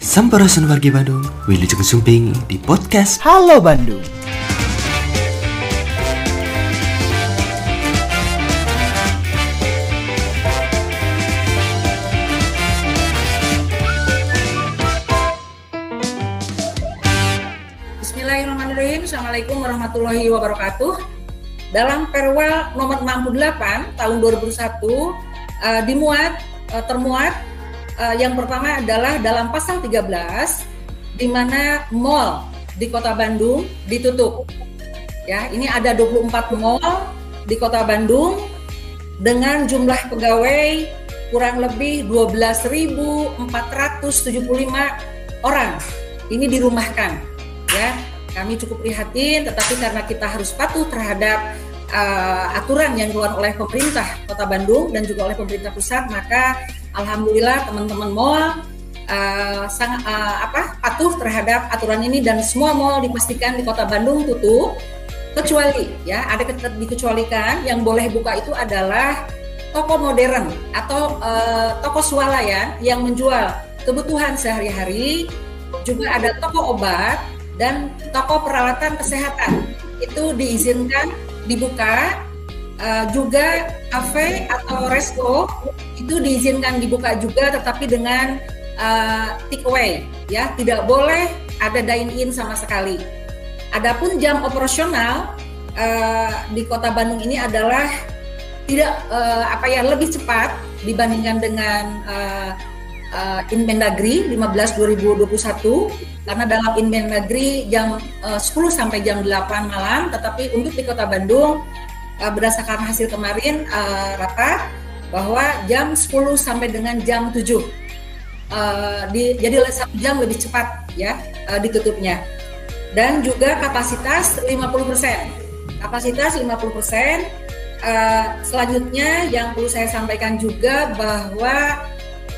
Sampurasun wargi Bandung, Wilujeng Sumping di podcast Halo Bandung. Bismillahirrahmanirrahim. Assalamualaikum warahmatullahi wabarakatuh. Dalam Perwal nomor 68 tahun 2001 termuat yang pertama adalah dalam pasal 13 di mana mal di Kota Bandung ditutup. Ya, ini ada 24 mal di Kota Bandung dengan jumlah pegawai kurang lebih 12.475 orang. Ini dirumahkan. Ya, kami cukup prihatin, tetapi karena kita harus patuh terhadap aturan yang dikeluarkan oleh pemerintah Kota Bandung dan juga oleh pemerintah pusat, maka alhamdulillah teman-teman mal sangat patuh terhadap aturan ini dan semua mal dipastikan di Kota Bandung tutup, kecuali ya ada dikecualikan yang boleh buka itu adalah toko modern atau toko swalayan yang menjual kebutuhan sehari-hari, juga ada toko obat dan toko peralatan kesehatan itu diizinkan dibuka, juga kafe atau resto itu diizinkan dibuka juga, tetapi dengan take away, ya tidak boleh ada dine in sama sekali. Adapun jam operasional di Kota Bandung ini adalah tidak lebih cepat dibandingkan dengan Inmendagri 15/2021, karena dalam Inmendagri jam 10 sampai jam 8 malam, tetapi untuk di Kota Bandung berdasarkan hasil kemarin rapat bahwa jam 10 sampai dengan jam 7 jadi 1 jam lebih cepat ya ditutupnya. Dan juga kapasitas 50%. Kapasitas 50%. Selanjutnya yang perlu saya sampaikan juga bahwa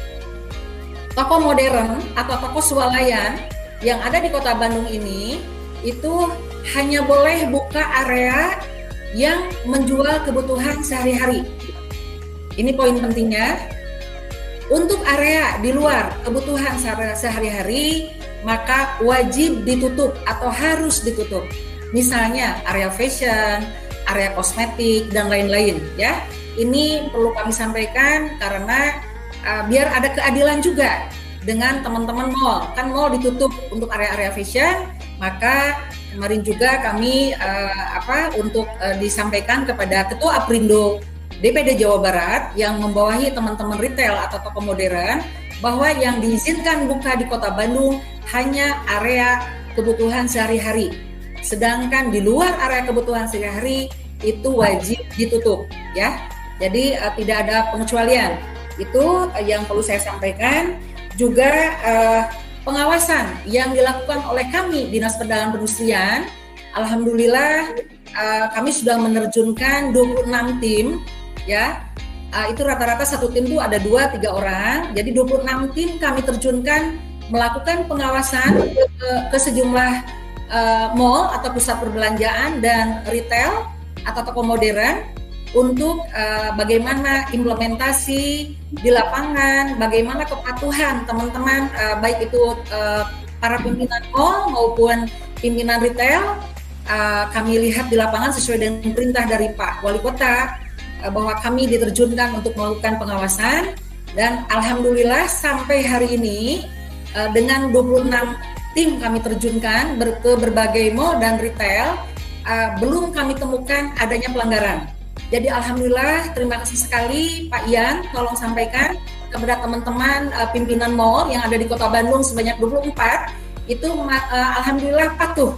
toko modern atau toko swalayan yang ada di Kota Bandung ini itu hanya boleh buka area yang menjual kebutuhan sehari-hari. Ini poin pentingnya. Untuk area di luar kebutuhan sehari-hari maka wajib ditutup atau harus ditutup. Misalnya area fashion, area kosmetik dan lain-lain ya. Ini perlu kami sampaikan karena biar ada keadilan juga dengan teman-teman mall. Kan mall ditutup untuk area-area fashion, maka kemarin juga kami disampaikan kepada Ketua Aprindo DPD Jawa Barat yang membawahi teman-teman retail atau toko modern bahwa yang diizinkan buka di Kota Bandung hanya area kebutuhan sehari-hari. Sedangkan di luar area kebutuhan sehari-hari itu wajib ditutup ya. Jadi tidak ada pengecualian. Itu yang perlu saya sampaikan. Juga pengawasan yang dilakukan oleh kami Dinas Perdagangan Perindustrian, alhamdulillah kami sudah menerjunkan 26 tim ya. Itu rata-rata satu tim itu ada 2-3 orang. Jadi 26 tim kami terjunkan melakukan pengawasan ke sejumlah mall atau pusat perbelanjaan dan retail atau toko modern untuk bagaimana implementasi di lapangan, bagaimana kepatuhan teman-teman, baik itu para pimpinan mall maupun pimpinan retail. Kami lihat di lapangan sesuai dengan perintah dari Pak Wali Kota bahwa kami diterjunkan untuk melakukan pengawasan, dan alhamdulillah sampai hari ini dengan 26 tim kami terjunkan ke berbagai mall dan retail, belum kami temukan adanya pelanggaran. Jadi alhamdulillah, terima kasih sekali Pak Ian, tolong sampaikan kepada teman-teman pimpinan mall yang ada di Kota Bandung sebanyak 24, itu alhamdulillah patuh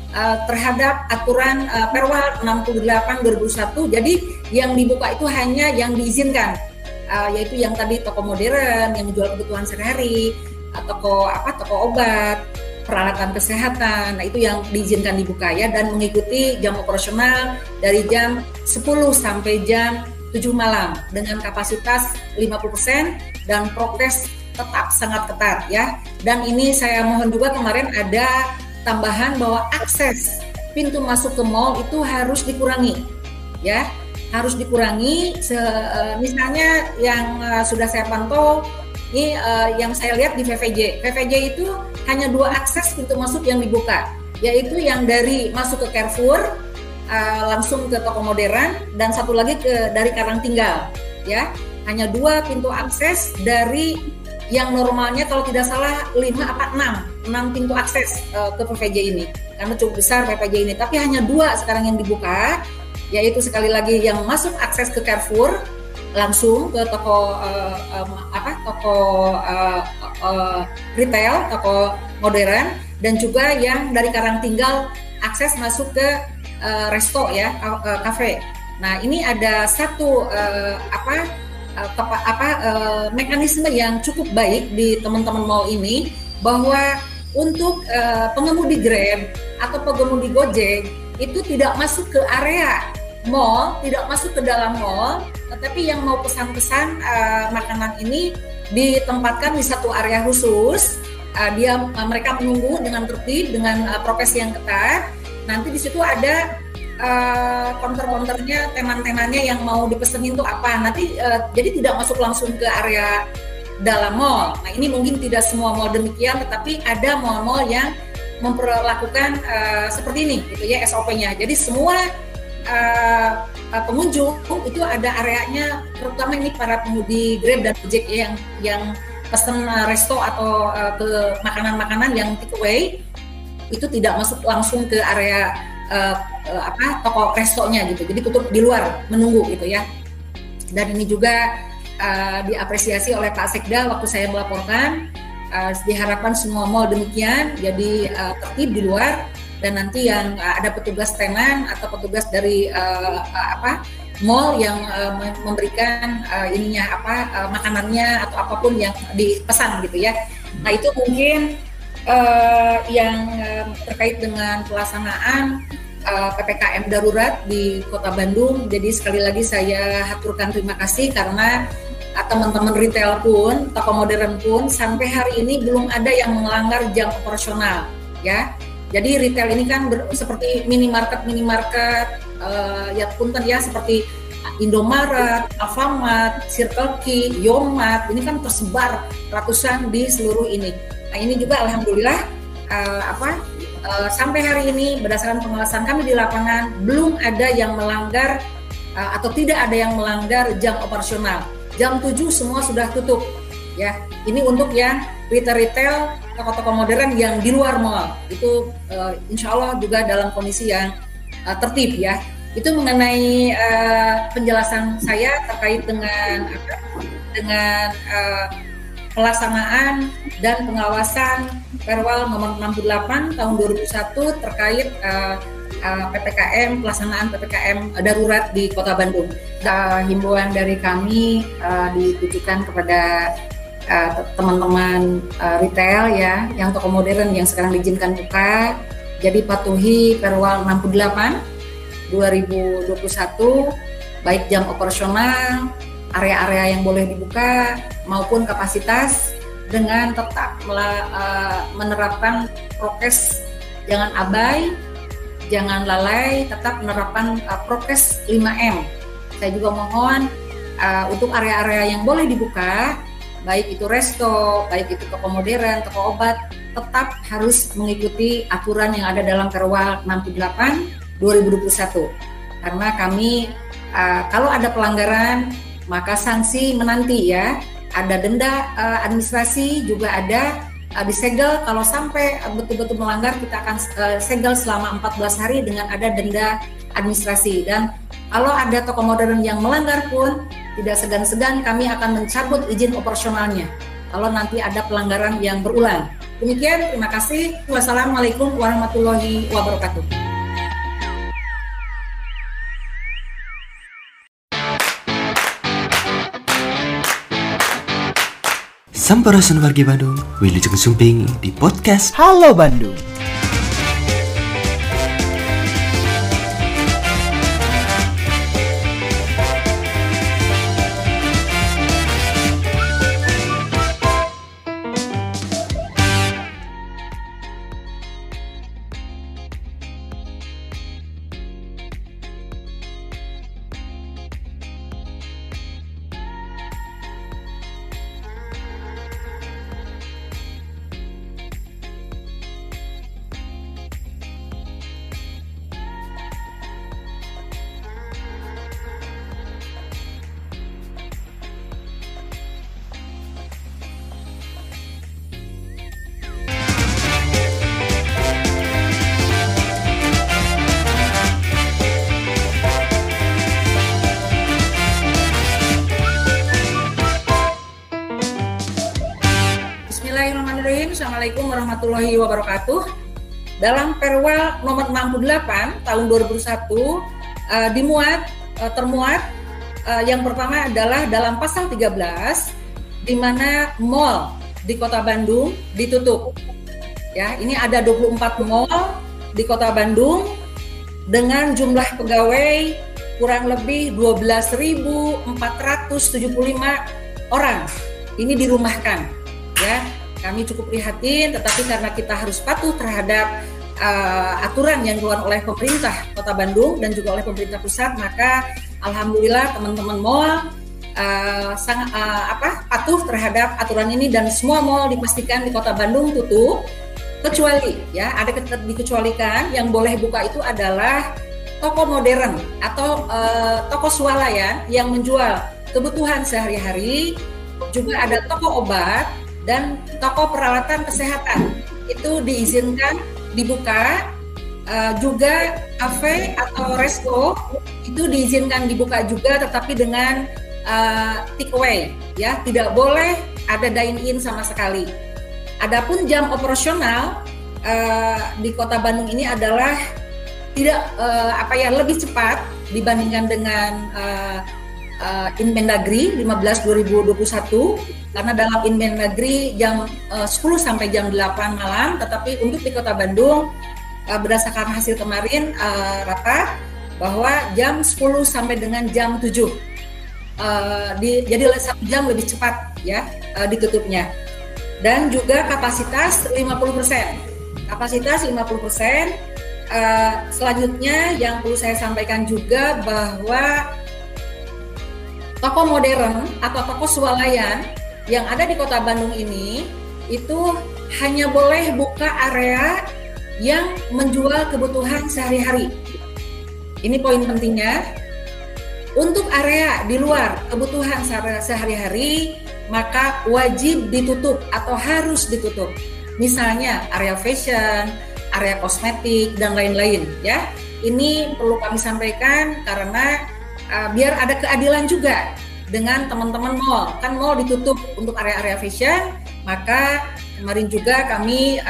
terhadap aturan Perwal 68/2001. Jadi yang dibuka itu hanya yang diizinkan, yaitu yang tadi toko modern yang menjual kebutuhan sehari-hari, toko obat, peralatan kesehatan. Nah, itu yang diizinkan dibuka ya, dan mengikuti jam operasional dari jam 10 sampai jam 7 malam dengan kapasitas 50% dan prokes tetap sangat ketat ya. Dan ini saya mohon juga, kemarin ada tambahan bahwa akses pintu masuk ke mall itu harus dikurangi ya. Harus dikurangi misalnya yang sudah saya pantau Ini yang saya lihat di VVJ. VVJ itu hanya 2 akses pintu masuk yang dibuka, yaitu yang dari masuk ke Carrefour langsung ke toko modern, dan satu lagi dari Karangtinggal. Ya, hanya 2 pintu akses dari yang normalnya kalau tidak salah 5 apa 6 pintu akses ke PVJ ini, karena cukup besar PVJ ini. Tapi hanya 2 sekarang yang dibuka, yaitu sekali lagi yang masuk akses ke Carrefour langsung ke toko retail, toko modern, dan juga yang dari Karangtinggal akses masuk ke resto ya, kafe. Nah, ini ada satu mekanisme yang cukup baik di teman-teman mall ini, bahwa untuk pengemudi Grab atau pengemudi Gojek itu tidak masuk ke area mall, tidak masuk ke dalam mall, tetapi yang mau pesan-pesan makanan ini ditempatkan di satu area khusus. Mereka menunggu dengan tertib, dengan prokes yang ketat. Nanti di situ ada counter-counternya, teman-temannya yang mau dipesenin itu apa. Nanti jadi tidak masuk langsung ke area dalam mall. Nah, ini mungkin tidak semua mall demikian, tetapi ada mall-mall yang memperlakukan seperti ini, gitu ya, SOP-nya. Jadi semua pengunjung itu ada areanya, terutama ini para pengemudi Grab dan Gojek ya, yang pesan resto atau ke makanan-makanan yang take away, itu tidak masuk langsung ke area toko restonya gitu. Jadi tutup di luar menunggu gitu ya. Dan ini juga diapresiasi oleh Pak Sekda waktu saya melaporkan. Diharapkan semua mall demikian, jadi tertib di luar, dan nanti yang ada petugas tenan atau petugas dari mall yang memberikan makanannya atau apapun yang dipesan gitu ya. Nah, itu mungkin yang terkait dengan pelaksanaan PPKM darurat di Kota Bandung. Jadi sekali lagi saya haturkan terima kasih, karena teman-teman retail pun, toko modern pun sampai hari ini belum ada yang melanggar jam operasional ya. Jadi retail ini kan seperti minimarket ya punten ya, seperti Indomaret, Alfamart, Circle K, Yomart, ini kan tersebar ratusan di seluruh ini. Nah, ini juga alhamdulillah sampai hari ini berdasarkan pengawasan kami di lapangan belum ada yang melanggar atau tidak ada yang melanggar jam operasional. Jam 7 semua sudah tutup ya. Ini untuk yang retail, toko-toko modern yang di luar mall. Itu insya Allah juga dalam kondisi yang tertib ya. Itu mengenai penjelasan saya terkait dengan pelaksanaan dan pengawasan Perwal nomor 68 tahun 2001 terkait PPKM, pelaksanaan PPKM darurat di Kota Bandung. Himbauan dari kami ditujukan kepada teman-teman retail ya, yang toko modern yang sekarang diizinkan buka. Jadi patuhi Perwal 68 2021, baik jam operasional, area-area yang boleh dibuka maupun kapasitas, dengan tetap menerapkan prokes, jangan abai, jangan lalai, tetap menerapkan prokes 5M. Saya juga mohon untuk area-area yang boleh dibuka, baik itu resto, baik itu toko modern, toko obat, tetap harus mengikuti aturan yang ada dalam Perwal 68 2021. Karena kami kalau ada pelanggaran maka sanksi menanti ya. Ada denda administrasi, juga ada disegel. Kalau sampai betul-betul melanggar, kita akan segel selama 14 hari dengan ada denda administrasi. Dan kalau ada toko modern yang melanggar pun tidak segan-segan kami akan mencabut izin operasionalnya kalau nanti ada pelanggaran yang berulang. Demikian, terima kasih. Wassalamualaikum warahmatullahi wabarakatuh. Sampurasun wargi Bandung, Wilujeng Sumping di podcast Halo Bandung. Assalamualaikum warahmatullahi wabarakatuh. Dalam Perwal nomor 68 tahun 2001 termuat yang pertama adalah dalam pasal 13 di mana mal di Kota Bandung ditutup. Ya, ini ada 24 mal di Kota Bandung dengan jumlah pegawai kurang lebih 12.475 orang. Ini dirumahkan, ya. Kami cukup prihatin, tetapi karena kita harus patuh terhadap aturan yang keluar oleh pemerintah Kota Bandung dan juga oleh pemerintah pusat, maka alhamdulillah teman-teman mal sangat patuh terhadap aturan ini dan semua mal dipastikan di Kota Bandung tutup, kecuali ya ada dikecualikan yang boleh buka itu adalah toko modern atau toko swalayan yang menjual kebutuhan sehari-hari, juga ada toko obat dan toko peralatan kesehatan itu diizinkan dibuka, juga kafe atau resto itu diizinkan dibuka juga, tetapi dengan take away, ya, tidak boleh ada dine in sama sekali. Adapun jam operasional di Kota Bandung ini adalah tidak lebih cepat dibandingkan dengan Inmendagri 15/2021, karena dalam Inmendagri jam 10 sampai jam 8 malam, tetapi untuk di Kota Bandung berdasarkan hasil kemarin rapat bahwa jam 10 sampai dengan jam 7 jadi 1 jam lebih cepat ya ditutupnya. Dan juga kapasitas 50%. Kapasitas 50%. Selanjutnya yang perlu saya sampaikan juga bahwa toko modern atau toko swalayan yang ada di Kota Bandung ini itu hanya boleh buka area yang menjual kebutuhan sehari-hari. Ini poin pentingnya. Untuk area di luar kebutuhan sehari-hari maka wajib ditutup atau harus ditutup. Misalnya area fashion, area kosmetik dan lain-lain ya. Ini perlu kami sampaikan karena biar ada keadilan juga dengan teman-teman mall. Kan mall ditutup untuk area-area fashion, maka kemarin juga kami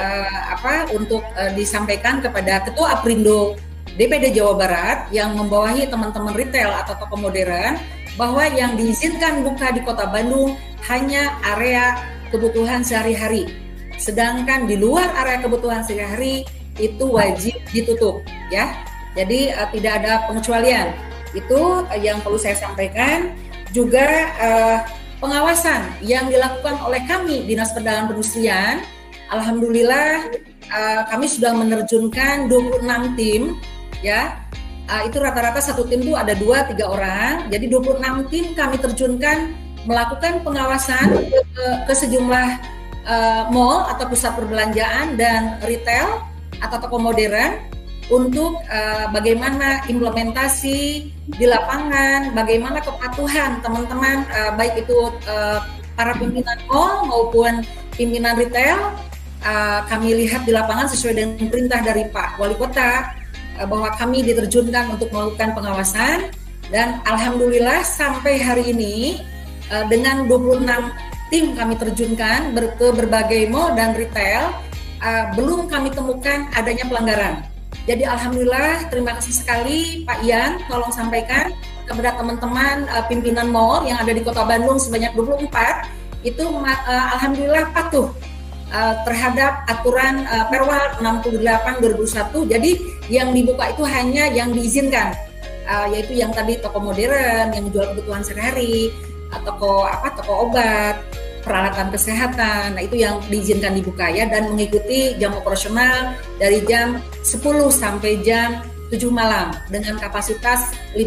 disampaikan kepada Ketua Aprindo DPD Jawa Barat yang membawahi teman-teman retail atau toko modern bahwa yang diizinkan buka di Kota Bandung hanya area kebutuhan sehari-hari. Sedangkan di luar area kebutuhan sehari-hari itu wajib ditutup ya. Jadi tidak ada pengecualian. Itu yang perlu saya sampaikan. Juga pengawasan yang dilakukan oleh kami Dinas Perdagangan Perindustrian, alhamdulillah kami sudah menerjunkan 26 tim ya. Itu rata-rata satu tim itu ada 2-3 orang. Jadi 26 tim kami terjunkan melakukan pengawasan ke sejumlah mall atau pusat perbelanjaan dan retail atau toko modern untuk bagaimana implementasi di lapangan, bagaimana kepatuhan teman-teman baik itu para pimpinan mall maupun pimpinan retail. Kami lihat di lapangan sesuai dengan perintah dari Pak Wali Kota bahwa kami diterjunkan untuk melakukan pengawasan, dan alhamdulillah sampai hari ini dengan 26 tim kami terjunkan ke berbagai mall dan retail belum kami temukan adanya pelanggaran. Jadi alhamdulillah, terima kasih sekali Pak Ian, tolong sampaikan kepada teman-teman pimpinan mall yang ada di Kota Bandung sebanyak 24 itu alhamdulillah patuh terhadap aturan Perwal 68/2001. Jadi yang dibuka itu hanya yang diizinkan, yaitu yang tadi toko modern yang menjual kebutuhan sehari-hari, toko obat, peralatan kesehatan. Nah, itu yang diizinkan dibuka ya, dan mengikuti jam operasional dari jam 10 sampai jam 7 malam dengan kapasitas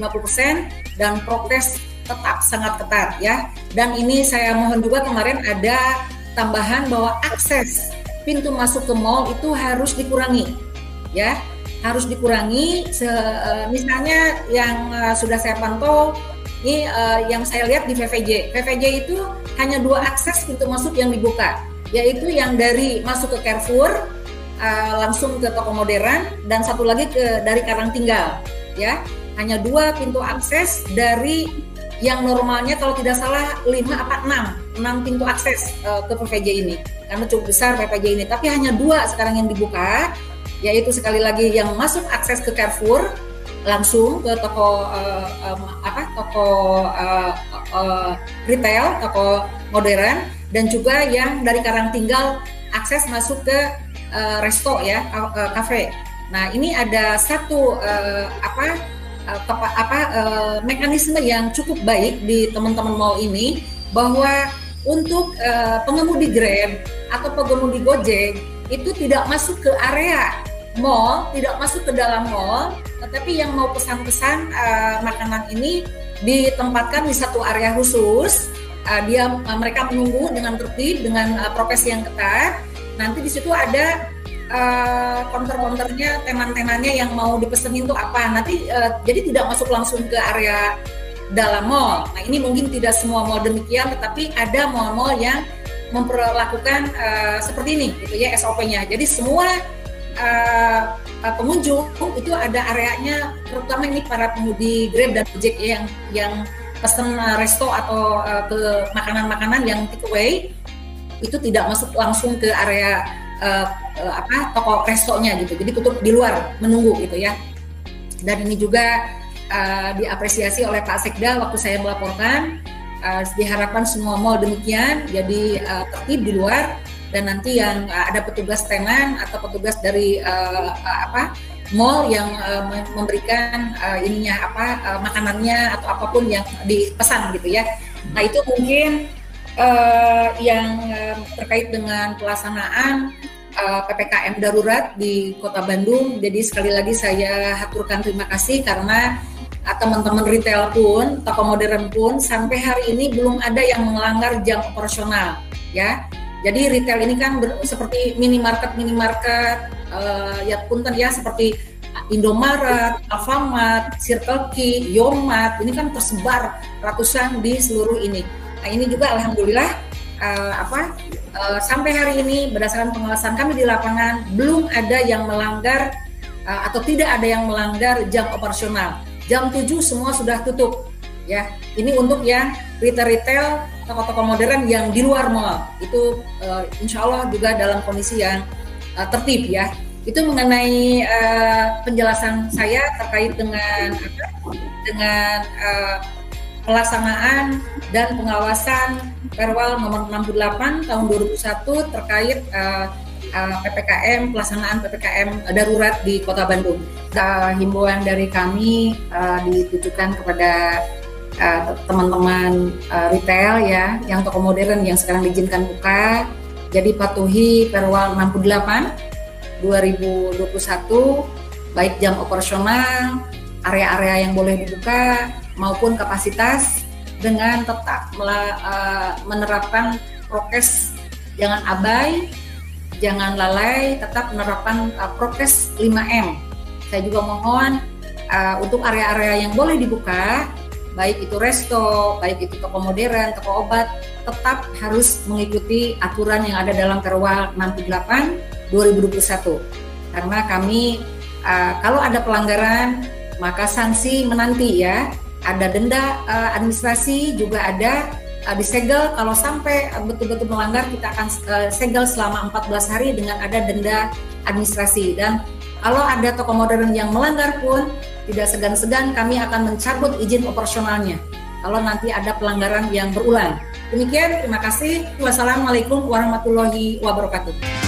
50% dan prokes tetap sangat ketat ya. Dan ini saya mohon juga, kemarin ada tambahan bahwa akses pintu masuk ke mall itu harus dikurangi ya. Harus dikurangi, misalnya yang sudah saya pantau ini yang saya lihat di VVJ itu hanya 2 akses pintu masuk yang dibuka, yaitu yang dari masuk ke Carrefour langsung ke toko modern, dan satu lagi dari Karangtinggal ya. Hanya 2 pintu akses dari yang normalnya kalau tidak salah 5 apa 6 pintu akses ke VVJ ini. karena cukup besar PPJ ini. Tapi hanya 2 sekarang yang dibuka, yaitu sekali lagi yang masuk akses ke Carrefour langsung ke toko retail, toko modern, dan juga yang dari Karangtinggal akses masuk ke resto ya, kafe. Nah, ini ada satu mekanisme yang cukup baik di teman-teman mall ini, bahwa untuk pengemudi Grab atau pengemudi Gojek itu tidak masuk ke area mall, tidak masuk ke dalam mall, tetapi yang mau pesan-pesan makanan ini ditempatkan di satu area khusus. Mereka menunggu dengan tertib, dengan prokes yang ketat. Nanti di situ ada counter-counternya, tenan-tenannya yang mau dipesenin itu apa. Nanti jadi tidak masuk langsung ke area dalam mall. Nah, ini mungkin tidak semua mall demikian, tetapi ada mall-mall yang memperlakukan seperti ini, gitu ya, SOP-nya. Jadi semua pengunjung itu ada areanya, terutama ini para pengemudi Grab dan Gojek ya, yang pesen resto atau ke makanan-makanan yang take away, itu tidak masuk langsung ke area toko restonya gitu. Jadi tutup di luar menunggu gitu ya. Dan ini juga diapresiasi oleh Pak Sekda waktu saya melaporkan. Diharapkan semua mall demikian, jadi tertib di luar, dan nanti yang ada petugas tenan atau petugas dari mall yang memberikan makanannya atau apapun yang dipesan gitu ya. Nah, itu mungkin yang terkait dengan pelaksanaan PPKM darurat di Kota Bandung. Jadi sekali lagi saya haturkan terima kasih, karena teman-teman retail pun, toko modern pun sampai hari ini belum ada yang melanggar jam operasional ya. Jadi retail ini kan seperti minimarket ya punten ya, seperti Indomaret, Alfamart, Circle K, Yomat, ini kan tersebar ratusan di seluruh ini. Nah, ini juga alhamdulillah sampai hari ini berdasarkan pengawasan kami di lapangan belum ada yang melanggar atau tidak ada yang melanggar jam operasional. Jam 7 semua sudah tutup ya. Ini untuk yang retail, toko-toko modern yang di luar mall. Itu insya Allah juga dalam kondisi yang tertib ya. Itu mengenai penjelasan saya terkait dengan pelaksanaan dan pengawasan Perwal nomor 68 tahun 2001 terkait PPKM, pelaksanaan PPKM darurat di Kota Bandung. Himbauan dari kami ditujukan kepada teman-teman retail ya, yang toko modern yang sekarang diizinkan buka. Jadi patuhi Perwal 68 2021, baik jam operasional, area-area yang boleh dibuka maupun kapasitas, dengan tetap menerapkan prokes, jangan abai, jangan lalai, tetap menerapkan prokes 5M. Saya juga mohon untuk area-area yang boleh dibuka, baik itu resto, baik itu toko modern, toko obat, tetap harus mengikuti aturan yang ada dalam Perwal 68 2021. Karena kami kalau ada pelanggaran maka sanksi menanti ya. Ada denda administrasi, juga ada disegel. Kalau sampai betul-betul melanggar, kita akan segel selama 14 hari dengan ada denda administrasi. Dan kalau ada toko modern yang melanggar pun, tidak segan-segan kami akan mencabut izin operasionalnya kalau nanti ada pelanggaran yang berulang. Demikian, terima kasih. Wassalamualaikum warahmatullahi wabarakatuh.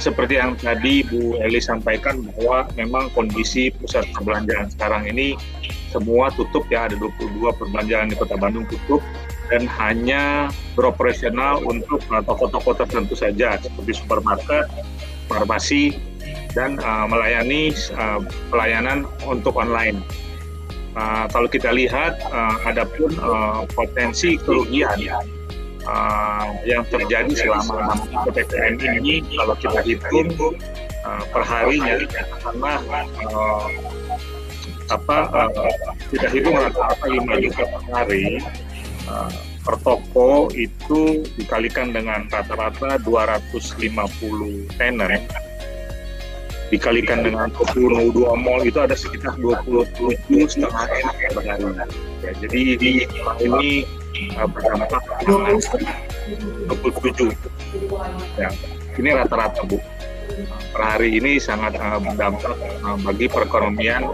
seperti yang tadi Bu Eli sampaikan bahwa memang kondisi pusat perbelanjaan sekarang ini semua tutup ya, ada 22 perbelanjaan di Kota Bandung tutup dan hanya beroperasional untuk toko-toko tertentu saja seperti supermarket, farmasi, dan melayani pelayanan untuk online. Kalau kita lihat, ada pun potensi kerugian yang terjadi selama PPKM ini, kalau kita hitung per harinya, karena kita hitung rata-rata 5 juta per hari, per toko itu dikalikan dengan rata-rata 250 tenan, dikalikan dengan 22 mall itu ada sekitar 27,5 M per hari. Ya, jadi ini berdampak 27. Ya, ini rata-rata Bu. Per hari ini sangat berdampak bagi perekonomian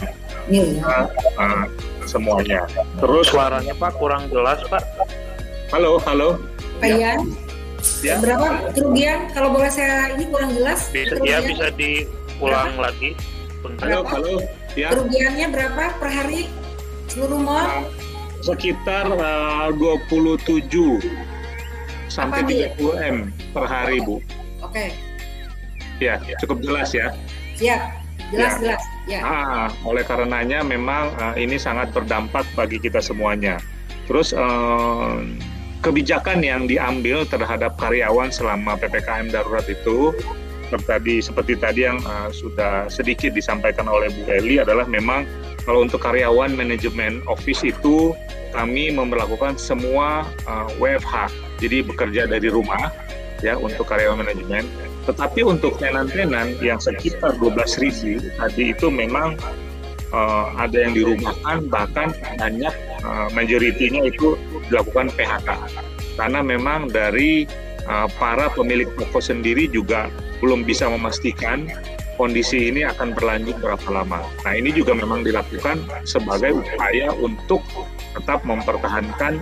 semuanya. Terus suaranya Pak kurang jelas Pak. Halo. Pak Ian, ya. Berapa kerugian? Kalau boleh saya ini kurang jelas. Bisa diulang lagi. Halo. Ya. Kerugiannya berapa per hari seluruh mall? Sekitar 27 sampai 30 M per hari Bu. Oke. Ya, cukup jelas ya. Siap, jelas. Ya. Oleh karenanya memang ini sangat berdampak bagi kita semuanya. Terus kebijakan yang diambil terhadap karyawan selama PPKM darurat itu seperti tadi yang sudah sedikit disampaikan oleh Bu Eli adalah memang kalau untuk karyawan manajemen office itu kami memperlakukan semua WFH, jadi bekerja dari rumah ya untuk karyawan manajemen. Tetapi untuk tenan-tenan yang sekitar 12.000 tadi itu memang ada yang dirumahkan, bahkan banyak majoritinya itu dilakukan PHK. Karena memang dari para pemilik toko sendiri juga belum bisa memastikan kondisi ini akan berlanjut berapa lama. Nah ini juga memang dilakukan sebagai upaya untuk tetap mempertahankan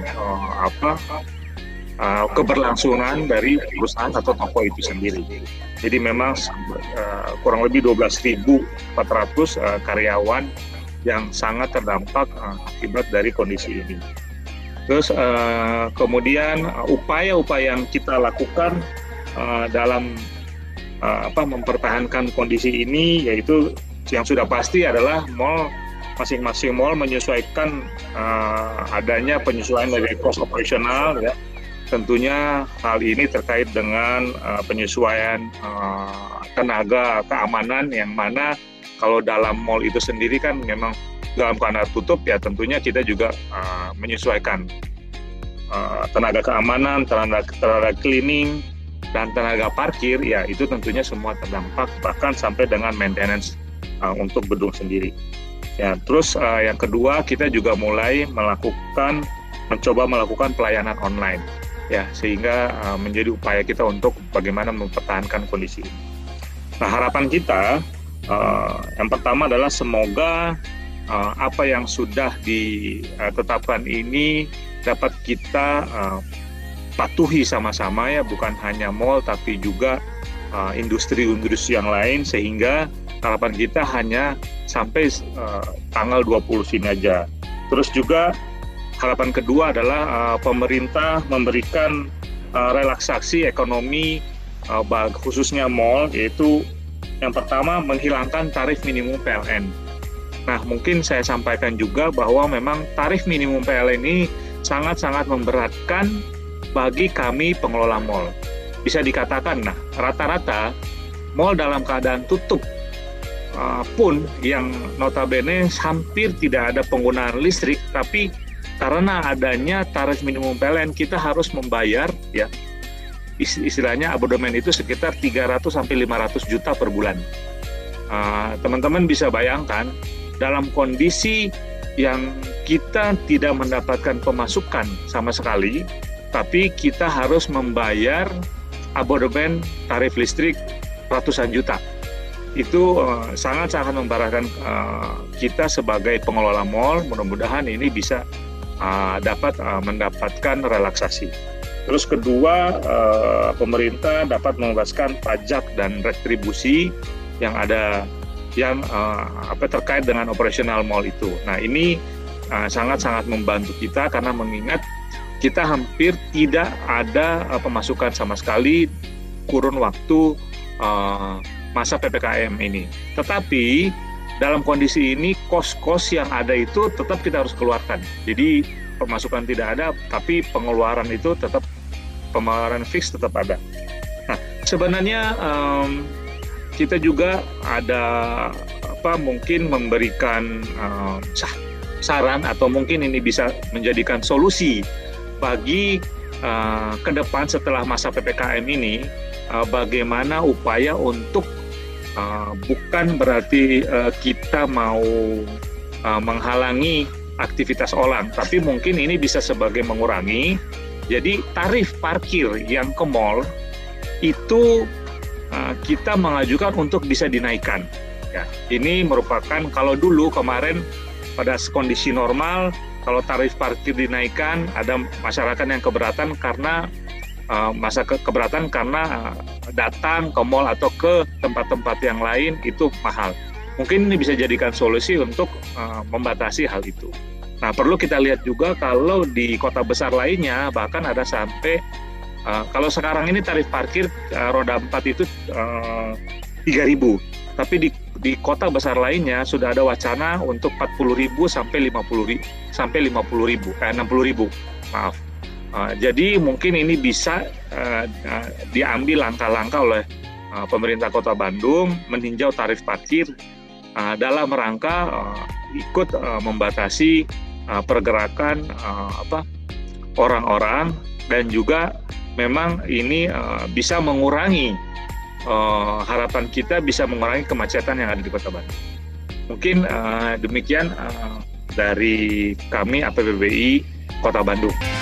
keberlangsungan dari perusahaan atau toko itu sendiri. Jadi memang kurang lebih 12.400 karyawan yang sangat terdampak akibat dari kondisi ini. Terus kemudian upaya-upaya yang kita lakukan dalam mempertahankan kondisi ini, yaitu yang sudah pasti adalah masing-masing mall menyesuaikan adanya penyesuaian dari cost operasional ya. Tentunya hal ini terkait dengan penyesuaian tenaga keamanan, yang mana kalau dalam mall itu sendiri kan memang dalam keadaan tutup ya, tentunya kita juga menyesuaikan tenaga keamanan, tenaga cleaning, dan tenaga parkir ya, itu tentunya semua terdampak, bahkan sampai dengan maintenance untuk gedung sendiri. Ya, terus yang kedua kita juga mulai mencoba melakukan pelayanan online. Ya, sehingga menjadi upaya kita untuk bagaimana mempertahankan kondisi ini. Nah, harapan kita yang pertama adalah semoga apa yang sudah ditetapkan ini dapat kita patuhi sama-sama ya, bukan hanya mall tapi juga industri-industri yang lain, sehingga harapan kita hanya sampai tanggal 20 sini aja. Terus juga harapan kedua adalah pemerintah memberikan relaksasi ekonomi khususnya mall, yaitu yang pertama menghilangkan tarif minimum PLN. Nah, mungkin saya sampaikan juga bahwa memang tarif minimum PLN ini sangat-sangat memberatkan bagi kami pengelola mall. Bisa dikatakan, rata-rata mall dalam keadaan tutup pun yang notabene hampir tidak ada penggunaan listrik, tapi karena adanya tarif minimum PLN kita harus membayar ya, istilahnya abodemen itu sekitar 300 sampai 500 juta per bulan. Teman-teman bisa bayangkan dalam kondisi yang kita tidak mendapatkan pemasukan sama sekali, tapi kita harus membayar abodemen tarif listrik ratusan juta. Itu sangat-sangat memberatkan kita sebagai pengelola mall. Mudah-mudahan ini bisa dapat mendapatkan relaksasi. Terus kedua, pemerintah dapat membebaskan pajak dan retribusi yang ada yang terkait dengan operasional mall itu. Nah, ini sangat-sangat membantu kita karena mengingat kita hampir tidak ada pemasukan sama sekali kurun waktu masa PPKM ini. Tetapi dalam kondisi ini kos-kos yang ada itu tetap kita harus keluarkan. Jadi pemasukan tidak ada, tapi pengeluaran itu tetap, pengeluaran fix tetap ada. Nah, sebenarnya kita juga ada mungkin memberikan saran atau mungkin ini bisa menjadikan solusi bagi ke depan setelah masa PPKM ini, bagaimana upaya untuk bukan berarti kita mau menghalangi aktivitas orang, tapi mungkin ini bisa sebagai mengurangi. Jadi tarif parkir yang ke mall itu kita mengajukan untuk bisa dinaikkan. Ya, ini merupakan, kalau dulu kemarin pada kondisi normal, kalau tarif parkir dinaikkan, ada masyarakat yang keberatan karena keberatan karena datang ke mall atau ke tempat-tempat yang lain itu mahal. Mungkin ini bisa jadikan solusi untuk membatasi hal itu. Nah, perlu kita lihat juga kalau di kota besar lainnya bahkan ada sampai kalau sekarang ini tarif parkir roda 4 itu 3.000, tapi di kota besar lainnya sudah ada wacana untuk 40.000 sampai 50.000, maaf. Jadi mungkin ini bisa diambil langkah-langkah oleh pemerintah Kota Bandung meninjau tarif parkir dalam rangka ikut membatasi pergerakan orang-orang, dan juga memang ini bisa mengurangi, harapan kita bisa mengurangi kemacetan yang ada di Kota Bandung. Mungkin demikian dari kami APBBI Kota Bandung.